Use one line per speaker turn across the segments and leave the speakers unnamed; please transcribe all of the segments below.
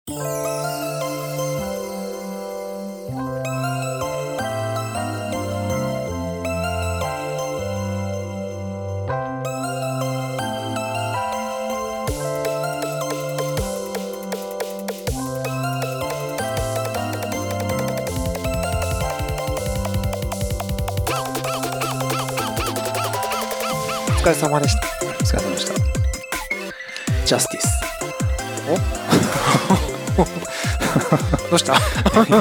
お疲れ様でした。
お疲れ様でした。ジャスティス。
どうした？
さ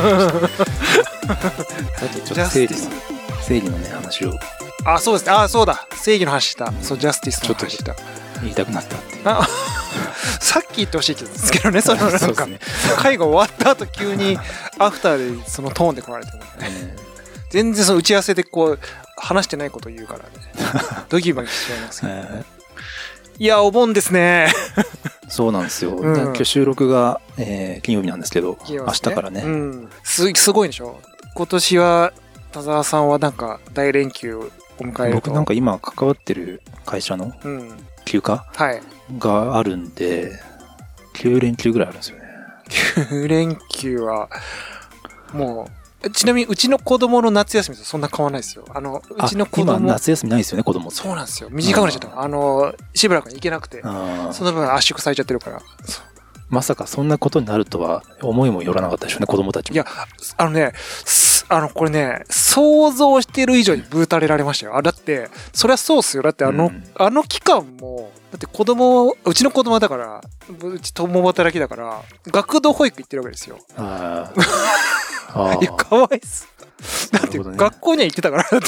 っきちょっと正義のね話を
あ、そうですね。あ、そうだ。正義の話した。そう、ジャスティスの話した。
言いたくなったっていう。
あさっき言ってほしいですけどね。そのなんか、
ね、
会が終わった後急にアフターでそのトーンで来られてもね。全然その打ち合わせでこう話してないこと言うからね。ドギマギしちゃいますけど、いやお盆ですね。
そうなんですよ、今日収録が、金曜日なんですけど、明日からね、
すごいでしょ。今年は田沢さんはなんか大連休を迎えると。
僕なんか今関わってる会社の休暇、があるんで9連休ぐらいあるんですよね。
9連休はもう、ちなみにうちの子供の夏休みとそんな変わらないですよ。うちの子供
今夏休みないですよね、子供。
そうなんですよ。短くなっちゃった。しばらく行けなくて、その分圧縮されちゃってるから。
まさかそんなことになるとは思いもよらなかったでしょうね、子供たちも。
いや、これね、想像してる以上にブータれられましたよ。だって、そりゃそうっすよ。だってあの期間も、だってうちの子供だから、うち共働きだから、学童保育行ってるわけですよ。いや、かわいそう。だって学校には行ってたから、だって。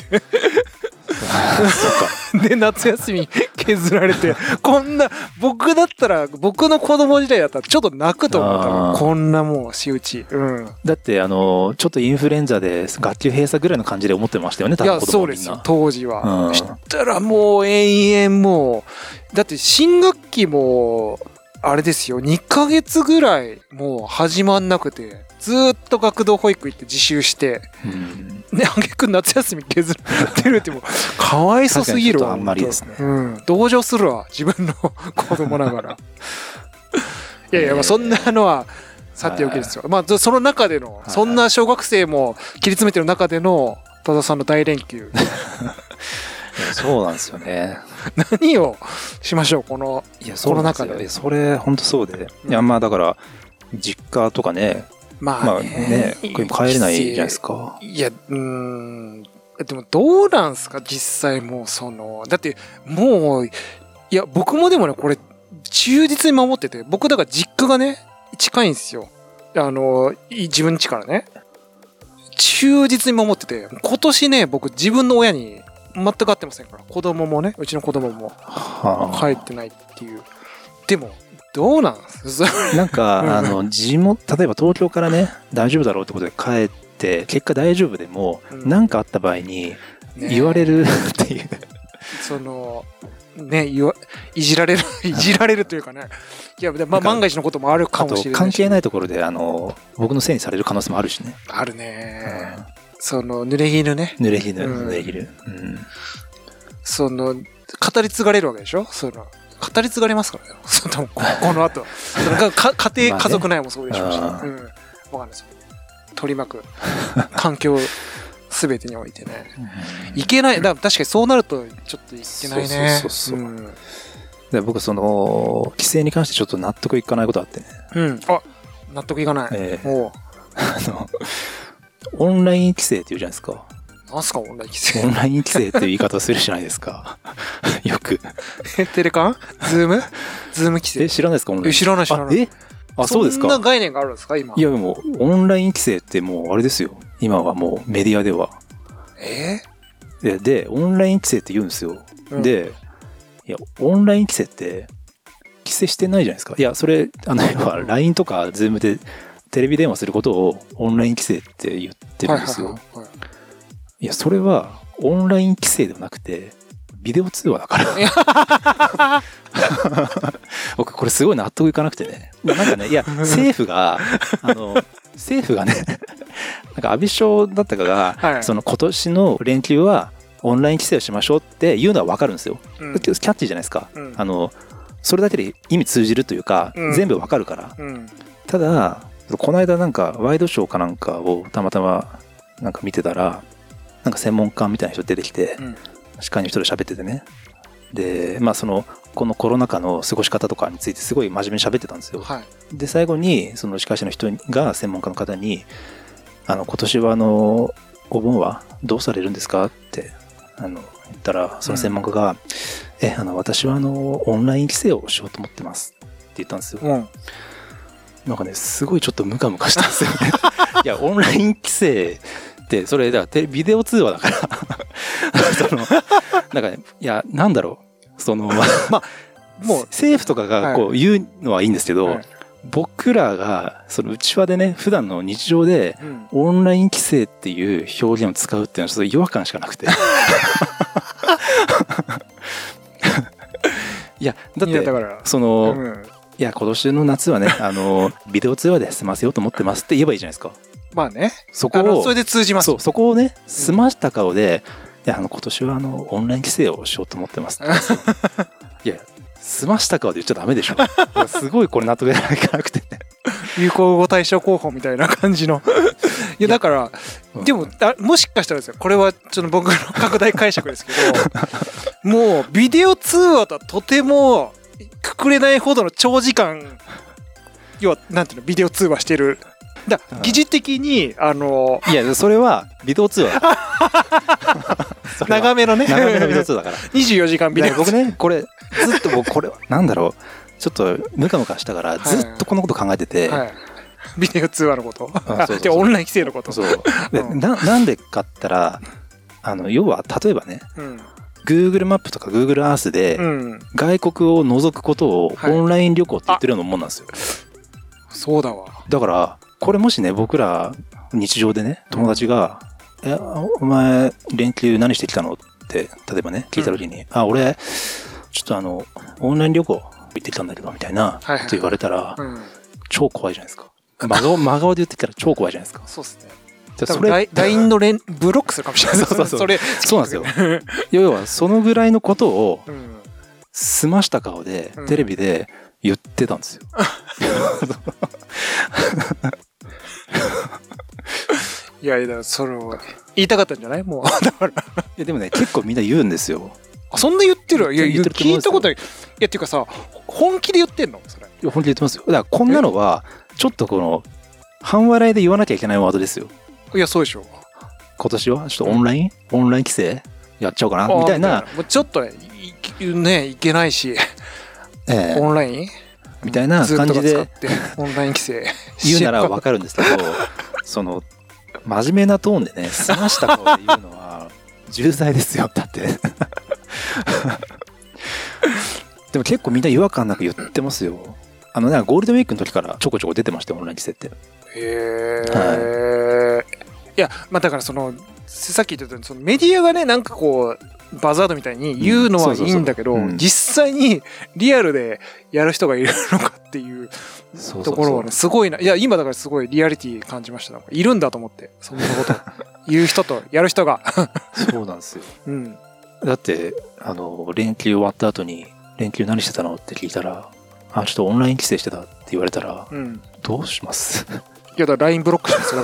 で、夏休み削られて、こんな、僕の子供時代だったらちょっと泣くと思った。こんなもう仕打ち。
だってちょっとインフルエンザで学級閉鎖ぐらいの感じで思ってましたよね、多分子供みんな。いや、そうですよ、
当時は。したらもう延々もう、だって新学期も、あれですよ、2ヶ月ぐらいもう始まんなくて、ずーっと学童保育行って自習して、ね、あげく夏休み削ってるってもう、かわいそすぎるわ。
あんまりですね。
同情するわ、自分の子供ながら。いやいや、まあそんなのは、さておきですよ。まあ、その中での、そんな小学生も切り詰めてる中での、多田さんの大連休。
そうなんですよね。
何をしましょう、この中で。
それ本当そうで、いや、まあだから実家とかね、まあね、帰れないじゃないですか。
いや、でもどうなんすか、実際もうだってもう、いや、僕もでもね、これ忠実に守ってて、僕だから実家がね近いんですよ。自分家からね忠実に守ってて、今年ね、僕自分の親に全く会ってませんから、子供もね、うちの子供も帰ってないっていう。でもどうなん
なんか例えば東京からね、大丈夫だろうってことで帰って結果大丈夫でも何かあった場合に言われるっていう、
ね、いじられるというかね。いや、万が一のこともあるかもしれないし、
関係ないところで僕のせいにされる可能性もあるしね。
あるね。濡れ衣ね。
濡れ衣。
語り継がれるわけでしょ。語り継がれますからね。この後。家庭、家族内もそうでしょうし。わかんないです。取り巻く環境すべてにおいてね。いけない。だから確かにそうなるとちょっといけないね。
で、僕規制に関してちょっと納得いかないことあってね。
あ、納得いかない。
オンライン規制って言うじゃないですか。
なんすか、オンライン規制。
オンライン規制っていう言い方するじゃないですか。よく。
テレカン？ズーム規制。
知らないですか、オンライン。
知らない。
そうですか。
そんな概念があるんですか、今。
いや、もう、オンライン規制ってもう、あれですよ。今はもうメディアでは。で、オンライン規制って言うんですよ。で、いや、オンライン規制って、規制してないじゃないですか。いや、それ、LINE とか Zoom でテレビ電話することをオンライン規制って言ってるんですよ。いや、それはオンライン規制ではなくて、ビデオ通話だから僕これすごい納得いかなくてね。なんかね、いや、政府がねなんか安倍首相だったかが、今年の連休はオンライン規制をしましょうって言うのは分かるんですよ。キャッチーじゃないですか。それだけで意味通じるというか、全部分かるから。 ただこの間なんかワイドショーかなんかをたまたまなんか見てたら、なんか専門家みたいな人出てきて、司会の人で喋っててね。でまあこのコロナ禍の過ごし方とかについてすごい真面目に喋ってたんですよ。
はい、
で最後にその司会者の人が専門家の方に今年はお盆はどうされるんですかって言ったら、その専門家が、私はオンライン規制をしようと思ってますって言ったんですよ。なんかねすごいちょっとムカムカしたんですよね。いやオンライン規制ってそれだからビデオ通話だからなんかね、いやなんだろうまあもう政府とかがこう言うのはいいんですけど、僕らが内輪でね普段の日常でオンライン規制っていう表現を使うっていうのはちょっと違和感しかなくていやだっていや今年の夏はねビデオ通話で済ませようと思ってますって言えばいいじゃないですか。まあね、それで通じます。そこをね済ました顔で、いや今年はオンライン規制をしようと思ってますいや済ました顔で言っちゃダメでしょすごいこれ納得がいかなくてね
流行語大賞候補みたいな感じのいやだからでももしかしたらですよ、これはちょっと僕の拡大解釈ですけどもうビデオ通話とはとてもくくれないほどの長時間、要はなんていうの、ビデオ通話してる疑似的にい
やそれはビデオ通話
長めのね
長めのビデオ通話だから
24時間ビデオ
僕ねこれずっとこれなんだろうちょっとムカムカしたからずっとこのこと考えてて、
ビデオ通話のことでオンライン規制のこと
でなんでかったら要は例えばね、Google マップとか Google Earth で外国を覗くことをオンライン旅行って言ってるようなもんなんですよ。
そうだわ。
だからこれもしね僕ら日常でね友達がお前連休何してきたのって例えばね聞いた時に、俺ちょっとオンライン旅行行ってきたんだけどみたいなって言われたら、超怖いじゃないですか。真顔で言ってきたら超怖いじゃないですか。
そうですね。
それ
LINE のブロックするかもしれない。
そうなんですよ。要はそのぐらいのことを済ました顔でテレビで言ってたんですよ。
いやいや、それを言いたかったんじゃない？もうだから。い
やでもね結構みんな言うんですよ。
そんな言ってる？いや聞いたことない。いやっていうかさ、本気で言ってんの？それ。い
や本気で言ってますよ。だからこんなのはちょっと半笑いで言わなきゃいけないワードですよ。
いやそうでしょ。
今年はちょっとオンライン規制やっちゃおうかなみたいな。
もうちょっとねいけないし、オンライン
みたいな感じで
オンライン規制
言うならわかるんですけど、真面目なトーンでね済ました顔で言うのは重罪ですよ。だってでも結構みんな違和感なく言ってますよ。ゴールデンウィークの時からちょこちょこ出てましたよオンライン規制って。
いやだからさっき言ったようにメディアがねなんかバザードみたいに言うのはいいんだけど、実際にリアルでやる人がいるのかっていうところはねすごいな。いや今だからすごいリアリティ感じました。いるんだと思って、そんなこと言う人とやる人が
そうなんですよ。だって連休終わった後に連休何してたのって聞いたらちょっとオンライン規制してたって言われたら、どうします？
いやだから LINE ブロックしますよ。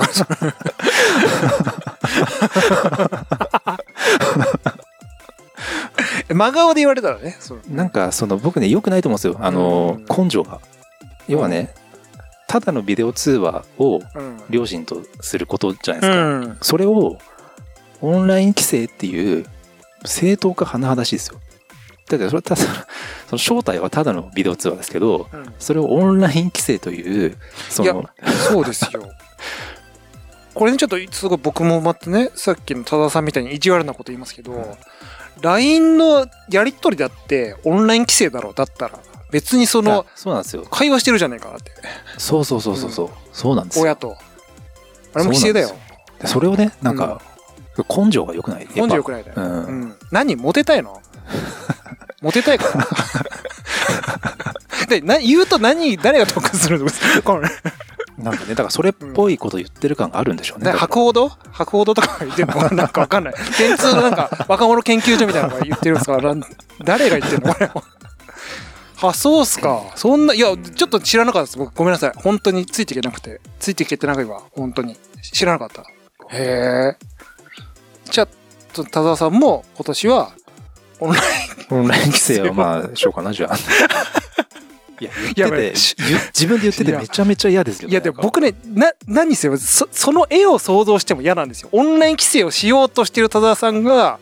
真顔で言われたらね。
なんか僕ね良くないと思うんですよ。根性が。要はね、ただのビデオ通話を両親とすることじゃないですか。それをオンライン規制っていう正当か甚だしいですよ。だってそれただその正体はただのビデオ通話ですけど、それをオンライン規制という
いやそうですよ。これねちょっとすごい僕もまたねさっきの多田さんみたいに意地悪なこと言いますけど、LINE のやり取りだってオンライン規制だろう。だったら別に
そうなんですよ。
会話してるじゃないかなって。
そうそうなんですよ。
親とあれも規制だよ。
それをねなんか、根性が良くない。
根性良くないだよ。何モテたいの？モテたいからで言うと誰が得するの？
なんかねだからそれっぽいこと言ってる感があるんでしょうね。
博報堂とか言ってるのなんかわかんない。電通のなんか若者研究所みたいなのが言ってるんですから誰が言ってるのこれ。 あ、そうっすか。そんな、いや、ちょっと知らなかったです。僕、ごめんなさい。本当についていけなくて。ついていけてないわ。本当に。知らなかった。へえ。じゃあ、田沢さんも今年は、オンラ
イン規制はまあ、しようかな、じゃあ。いや、言ってて、自分で言っててめちゃめちゃ嫌ですよね。
いや、でも僕ね、何せよ、その絵を想像しても嫌なんですよ。オンライン規制をしようとしている田沢さんが、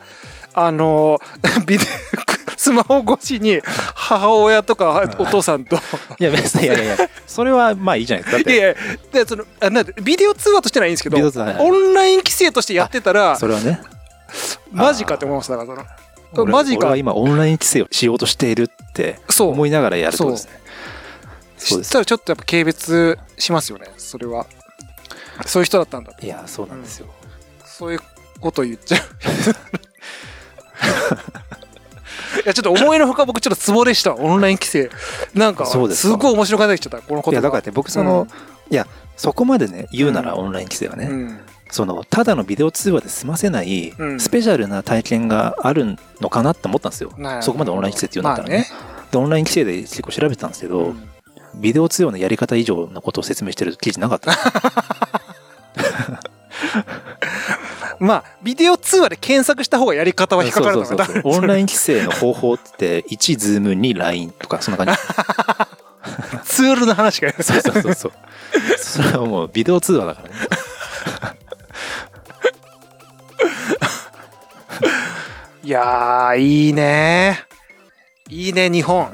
スマホ越しに母親とかお父さんと
いや別にいやそれはまあいいじゃないですか。だっていや
でそのビデオ通話としてはいいんですけど、オンライン規制としてやってたら
それはね
マジかって思いましたから、そのマジか。
俺は今オンライン規制をしようとしているって思いながらやるとですね。
そしたらちょっとやっぱ軽蔑しますよね。それはそういう人だったんだ。
いやそうなんですよ、
そういうこと言っちゃういやちょっと思いのほか僕ちょっとツボでした。オンライン規制なんかすごい面白くなってきちゃったこのことが。
いやだからね僕いやそこまでね言うならオンライン規制はね、ただのビデオ通話で済ませないスペシャルな体験があるのかなって思ったんですよ、そこまでオンライン規制って言うんだったらね、でオンライン規制で結構調べてたんですけど、ビデオ通話のやり方以上のことを説明してる記事なかった
まあビデオ通話で検索した方がやり方は引っかかるのかな。
オンライン規制の方法って1ズーム2 LINE とかそんな感じ
ツールの話が
そうそれはもうビデオ通話だからね
いやーいいね日本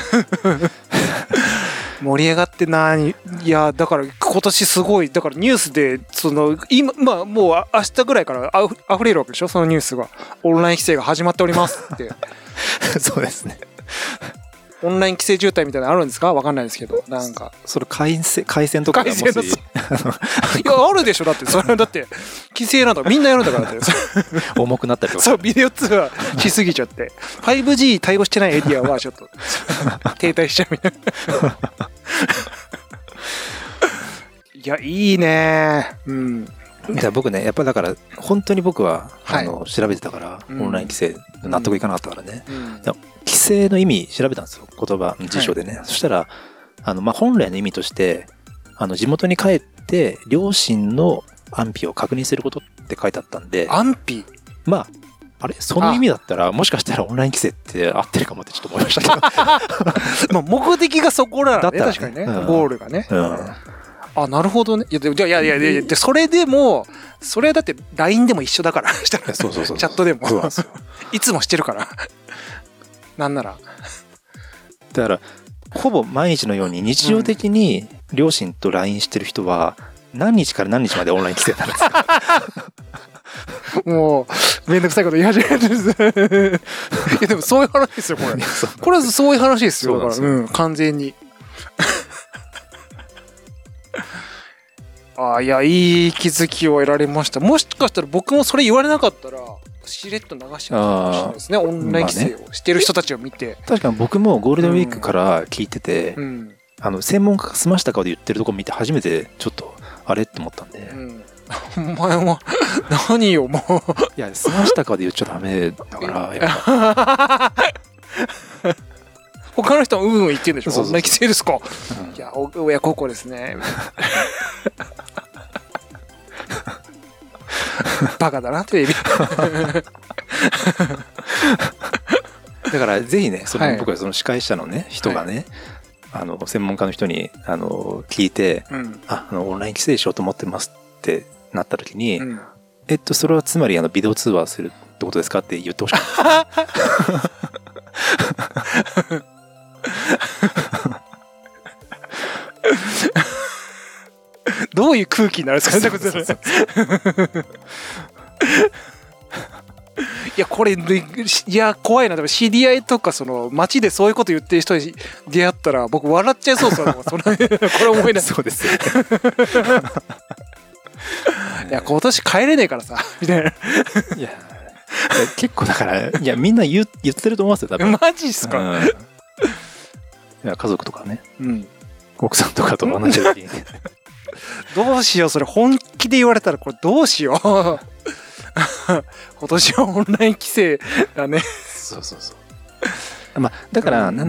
盛り上がってない。いやだから今年すごいだからニュースで今まあもう明日ぐらいから溢れるわけでしょ、そのニュースが。オンライン規制が始まっておりますって
そうですね。
オンライン規制渋滞みたいなのあるんですか？わかんないですけど、なんか
それ回線とかがもしい
やあるでしょ。だってそれはだって規制なんだみんなやるんだからって
重くなったりとか。
そうビデオ通話しすぎちゃって 5G 対応してないエリアはちょっと停滞しちゃうみたいないやいいね。
僕ねやっぱだから本当に僕は調べてたから、オンライン規制納得いかなかったからね、規制の意味調べたんですよ、言葉辞書でね、そしたら本来の意味として地元に帰って両親の安否を確認することって書いてあったんで、
安否
あれその意味だったらもしかしたらオンライン規制って合ってるかもってちょっと思いましたけど
目的がそこならね、確かにね、ゴールがね、なるほどね。いやそれでもそれはだって LINE でも一緒だからチャットでもいつもしてるからなんなら
だからほぼ毎日のように日常的に両親と LINE してる人は何日から何日までオンライン規制なんですか
もうめんどくさいこと言い始めるんですいやでもそういう話ですよこれはそういう話ですよ。だから完全にいやいい気づきを得られました。もしかしたら僕もそれ言われなかったらしれっと流しちゃうかもしれないですね、オンライン規制をしてる人たちを見て。
確かに僕もゴールデンウィークから聞いてて、専門家が済ました顔で言ってるとこ見て初めてちょっとあれって思ったんで、
お前は何よもう
いや済ました顔で言っちゃダメだからやっぱ
他の人は言ってるんでしょ。オンライン規制ですか、いや親孝行ですねバカだなテレビ
だからぜひね僕はその司会者のね人がね、専門家の人に聞いて、オンライン規制しようと思ってますってなった時に、それはつまりビデオ通話するってことですかって言ってほしかった
どういう空気になるんですかねいやこれいや怖いな。でも知り合いとか街でそういうこと言ってる人に出会ったら僕笑っちゃいそうですよこれ思い出す。
そうですよ
いや今年帰れねえからさみたいな。
いや結構だからみんな言ってると思いますよ多分。
マジっすか、
いや家族とかね、奥さんとかと同じ時に
どうしようそれ本気で言われたらこれどうしよう今年はオンライン規制だね。
そうだからなんだろう、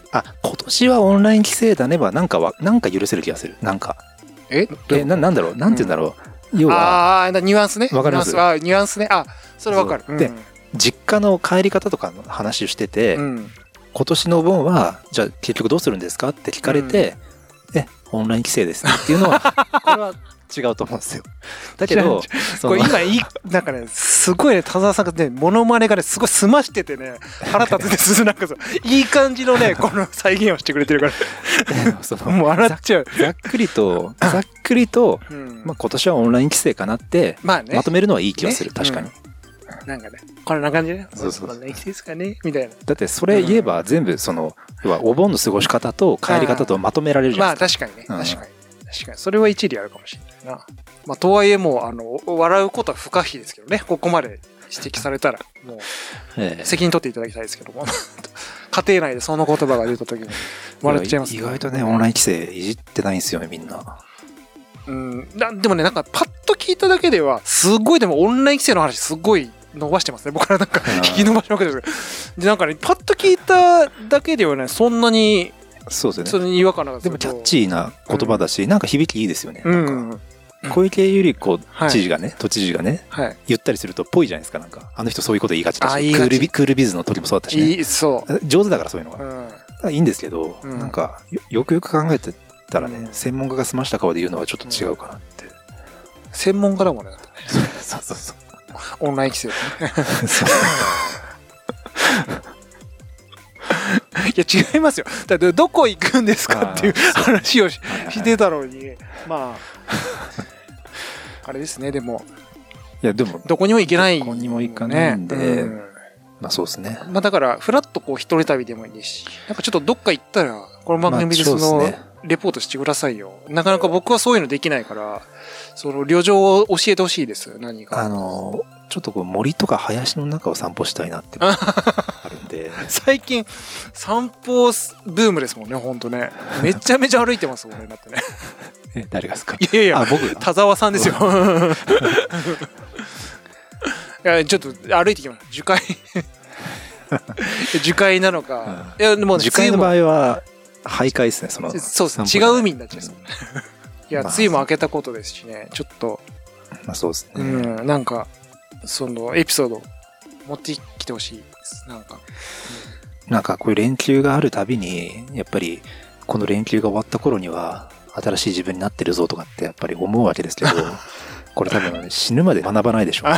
今年はオンライン規制だねばなんか許せる気がする。なんかなんだろう、なんて言うんだろう、要は
ニュアンスね。
わかります。
ニュアンスね。それわかる。
で、実家の帰り方とかの話をしてて、今年のお盆はじゃあ結局どうするんですかって聞かれて、オンライン規制ですねっていうのはこれは違うと思うんですよ。だけど
これ今なんかね、すごいね、田沢さんがね、モノマネがね、すごい済ましててね、腹立ってて、なんかいい感じのね、この再現をしてくれてるからもう笑っちゃう。
ざっくりと、今年はオンライン規制かなってまとめるのはいい気がする。確かに。
なんかね、こんな感じね。そうオンライン規制ですかねみたいな。
だってそれ言えば全部要はお盆の過ごし方と帰り方とまとめられるじゃないですか。
確かにね。確かにそれは一理あるかもしれないな。とはいえもう笑うことは不可避ですけどね。ここまで指摘されたらもう責任取っていただきたいですけども家庭内でその言葉が出た時に笑っちゃいます、
意外とね、オンライン規制いじってないんですよね、みんな。
でもね、なんかパッと聞いただけではすごい、でもオンライン規制の話すごい伸ばしてますね。僕らなんか引き伸ばしまくってるんですけど、でなんかね、パッと聞いただけではね、そんなに
そうですね。
それに違和感なかった。
でもキャッチーな言葉だし、なんか響きいいですよね。なんか小池百合子知事がね、都知事がね、言ったりするとぽいじゃないですか。なんかあの人そういうこと言いがちだし、クールビズの時もそうだったしね。上手だからそういうのがいいんですけど、なんかよくよく考えてたらね、専門家が済ました顔で言うのはちょっと違うかなって。
専門家だもんね。
そうそうそう。
オンライン規制ね。いや違いますよ。だってどこ行くんですかっていう話をしてたのに、まああれですね。でもどこにも行けない。
どこにも行かないんで、まあそうですね。
まあだからフラッとこう一人旅でもいいですし、なんかちょっとどっか行ったらこの番組でそのレポートしてくださいよ。なかなか僕はそういうのできないから、その旅情を教えてほしいです。何か
ちょっとこう森とか林の中を散歩したいなってあるんで
最近散歩ブームですもんね。ほんとね、めちゃめちゃ歩いてますもんね。だってね
誰がですか？
いや僕田沢さんですよいやちょっと歩いてきます。樹海樹海なのか、いやでも
樹海の場合は徘徊ですね。
そうですね、違う海になっちゃいそういや梅雨も明けたことですしね、ちょっと
まあそうですね、
なんかそのエピソード持ってきてほしいです。
なんかこういう連休があるたびにやっぱりこの連休が終わった頃には新しい自分になってるぞとかってやっぱり思うわけですけどこれ多分死ぬまで学ばないでしょう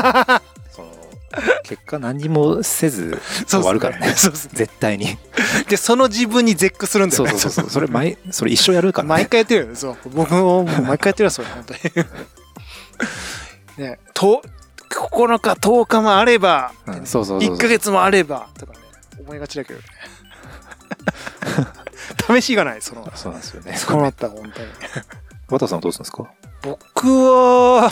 結果何もせず終わるからね絶対に
でその自分に絶句するんだよね。
そうそれ一生やるからね。
毎回やってるよ。そう僕も毎回やってるよそれ本当にね。9日10日もあれば、1ヶ月もあればとかね思いがちだけどね試しがない。そう
なんですよね。
そうなったら本当に。
綿さんはどうするんですか？
僕は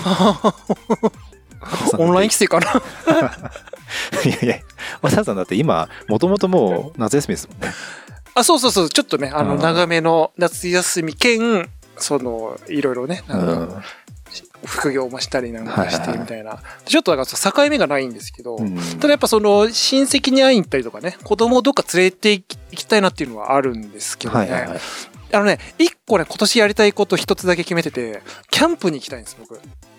オンライン規制かな。
いや綿さんだって今もともともう夏休みですもんね。
そうちょっとね長めの夏休み兼いろいろね副業もしたりなんかしてみたいな、ちょっとだから境目がないんですけど、ただやっぱ親戚に会いに行ったりとかね、子供をどっか連れて行きたいなっていうのはあるんですけどね。一個ね今年やりたいこと一つだけ決めてて、キャンプに行きたいんです僕。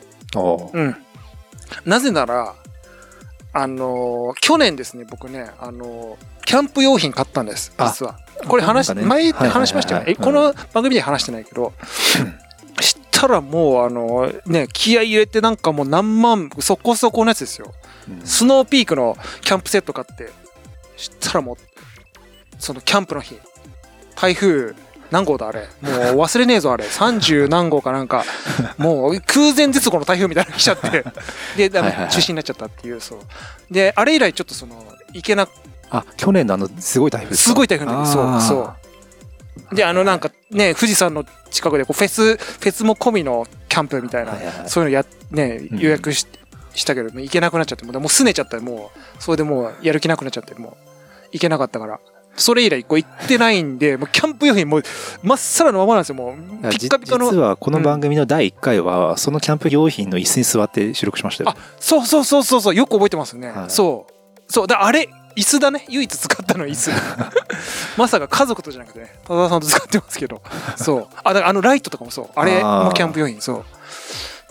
なぜなら去年ですね、僕ねキャンプ用品買ったんです実は。これ前話しましたよね。この番組で話してないけどしたらもう気合い入れてなんかもう何万そこそこのやつですよ、スノーピークのキャンプセット買って、したらもうそのキャンプの日台風何号だあれ、もう忘れねえぞあれ30何号かなんかもう空前絶後の台風みたいなの来ちゃってで中止になっちゃったっていう。そうであれ以来ちょっと行けなく、
去年のすごい台風ですか？
すごい台風で、そうでなんかね富士山の近くでフェスも込みのキャンプみたいな、そういうの予約したけど行けなくなっちゃって、もう拗ねちゃったらもうそれでもうやる気なくなっちゃって、もう行けなかったからそれ以来行ってないんで、もうキャンプ用品もうまっさらのままなんですよ。もうピッカピカの。
実はこの番組の第1回はそのキャンプ用品の椅子に座って収録しましたよ。
そうよく覚えてますね。そうだあれ椅子だね。唯一使ったのは椅子。まさか家族とじゃなくてね、多田さんと使ってますけど。そう。だからライトとかもそう。あれもキャンプ用品、そう。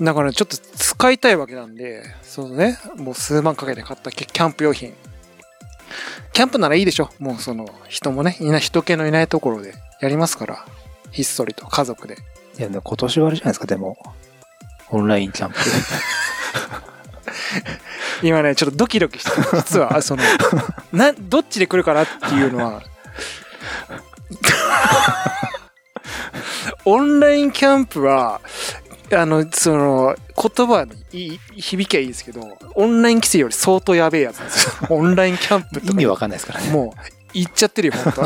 だからちょっと使いたいわけなんで、そうね、もう数万かけて買ったキャンプ用品。キャンプならいいでしょ。もう人もね、人気のいないところでやりますから。ひっそりと家族で。
いや、今年はあれじゃないですか、でも。オンラインキャンプ。
今ね、ちょっとドキドキしてる。実は、どっちで来るかなっていうのは、オンラインキャンプは、言葉に響きはいいですけど、オンライン規制より相当やべえやつですよ。オンラインキャンプとか。
意味わかんないですからね。
もう、言っちゃってるよ、本当は。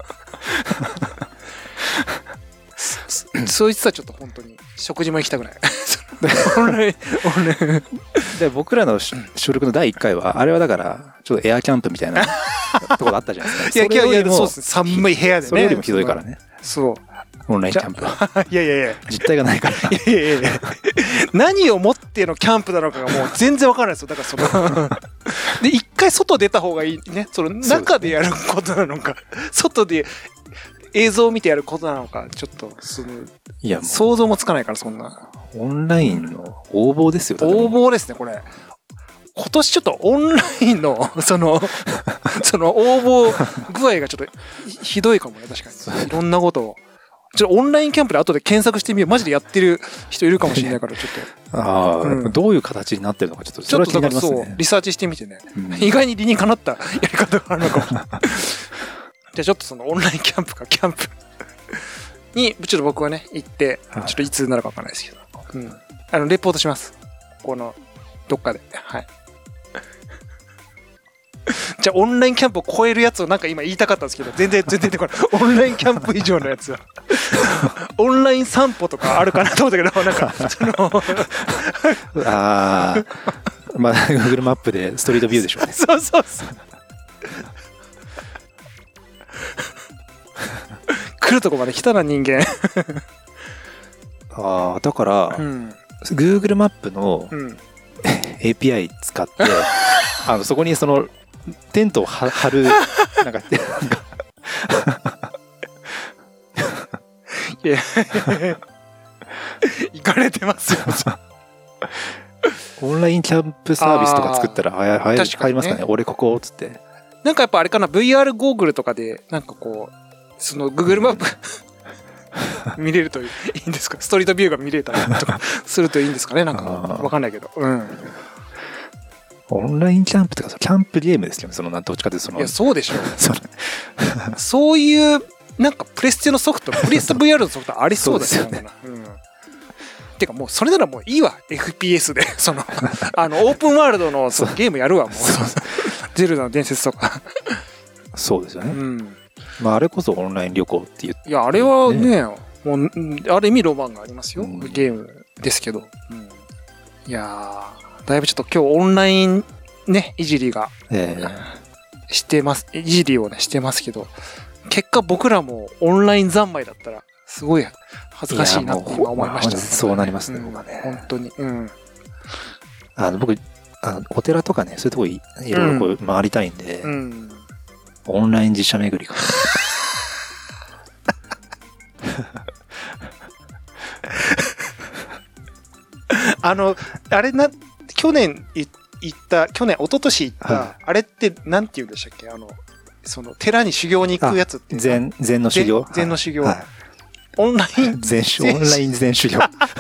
そいつはちょっと本当に、食事も行きたくない。オンライン。
で、僕らの収録の第1回は、あれはだから、ちょっとエアキャンプみたいなところあったじゃないですか。
いや、そうです。寒い部屋でね。
それよりもひどいからね。
そう。
オンラインキャンプは。
いや。
実態がないから。
いや。何をもってのキャンプなのかがもう全然わからないですよ。だからで、一回外出た方がいいね。中でやることなのか、外で映像を見てやることなのか、ちょっと、
いや、
想像もつかないから、そんな。
オンラインの応募ですよ。
応募ですね、これ。今年ちょっとオンラインの、応募具合がちょっとひどいかもね、確かに。いろんなことを。ちょっとオンラインキャンプで後で検索してみよう。マジでやってる人いるかもしれないから、ちょっ
と。どういう形になってるのか、ちょっとそれは気になりますね。そう、
リサーチしてみてね。意外に理にかなったやり方があるのかもしれない。じゃあちょっとオンラインキャンプに、ちょっと僕はね、行って、ちょっといつになるかわかんないですけど。レポートします。どっかで。はい。じゃあオンラインキャンプを超えるやつをなんか今言いたかったんですけど、全然出てこない。オンラインキャンプ以上のやつは。オンライン散歩とかあるかなと思ったけど、なんか、
まあ、Google マップでストリートビューでしょうね。
そう。来るとこまで来たな、人間。
だから、Google マップの API 使って、そこにテントを張る、なんか、
いや、行かれてますよ。
オンラインキャンプサービスとか作ったら入りますかね。俺ここっつって。
なんかやっぱあれかな、VR ゴーグルとかで、なんかこう、Google マップ見れるといいんですか？ストリートビューが見れたりとかするといいんですかね？なんかわかんないけど。
オンラインキャンプとかキャンプゲームですよね。どっちかというと
いや、そうでしょ。そういう、なんかプレステのソフト、プレステ VR のソフトありそうですよね。てかもうそれならもういいわ。FPS で。オープンワールドのゲームやるわ、もう。ゼルダの伝説とか。
そうですよね。まあ、あれこそオンライン旅行っていう。
いや、あれはね、もう、ある意味ロマンがありますよ。ゲームですけど。いやー、だいぶちょっと今日オンラインね、いじりが、してます。いじりをね、してますけど、結果僕らもオンライン三昧だったら、すごい恥ずかしいなって今思いました。
そうなりますね、僕はね。
本当に。
僕、お寺とかね、そういうとこいろいろこう回りたいんで、オンライン実写巡りか。
あれ去年、一昨年行った、あれってなんて言うんでしたっけ？寺に修行に行くやつって。
禅の修行？
禅の修行。オンライン
禅修行。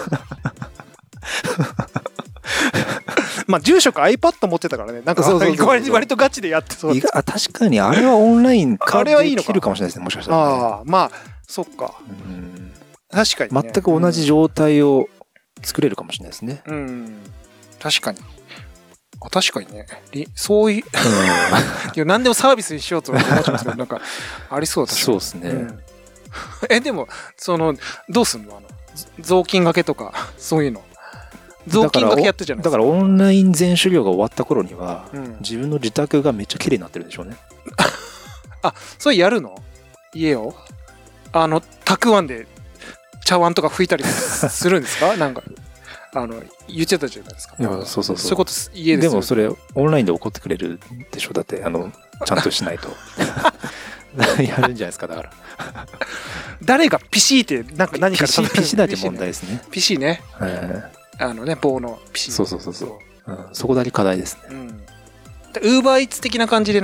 まあ住職 iPad 持ってたからね。なんか割とガチでやってそう。
確かにあれはオンライン化できるかもしれないですね。もしかしたら。
まあそっか。確かに。
全く同じ状態を作れるかもしれないですね。
確かに。確かにね。そういういや、何でもサービスにしようと思っちゃうんですけど、なんかありそうだ。
そうですね。
でもどうすんの？雑巾掛けとかそういうの。雑巾掛けやってるじゃないですか。
だからオンライン全修行が終わった頃には、自分の自宅がめっちゃ綺麗になってるんでしょうね。
それやるの？家をたくあんで茶碗とか拭いたりするんですか？なんか言っちゃったじゃないですか。
いや、そう。
そういうこと家ですよ。
でもそれオンラインで起こってくれるでしょ。だってちゃんとしないとやるんじゃないですか。だから
誰がピシーって何か
PC だけ問題ですね。
PC ね、棒の PC。
そう、そこだけ課題ですね。
ウーバーイーツ的な感じで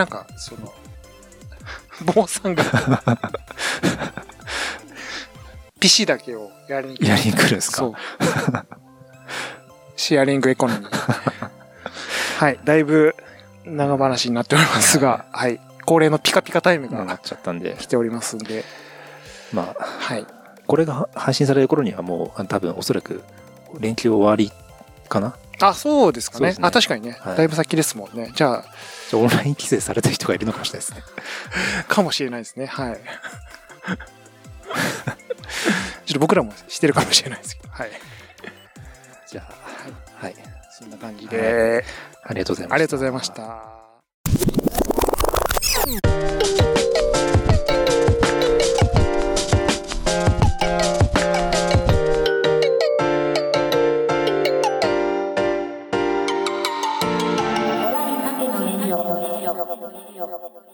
坊さんがPC だけをやりに来
るんですか。
そうシェアリングエコノミーはい、だいぶ長話になっておりますが、はい、恒例のピカピカタイムが
なっちゃったんで
来ておりますんで、
まあ、
はい、
これが配信される頃にはもう多分おそらく連休終わりかな。
あ、そうですかね。
そうですね。
確かにね、だいぶ先ですもんね。じゃあ
オンライン規制された人がいるのかもしれないですね。
かもしれないですね。はい。ちょっと僕らもしてるかもしれないですけど。はい。
じゃあ、はい。
そんな感じで、
ありがとうございました。
ありがとうございました。
Radio.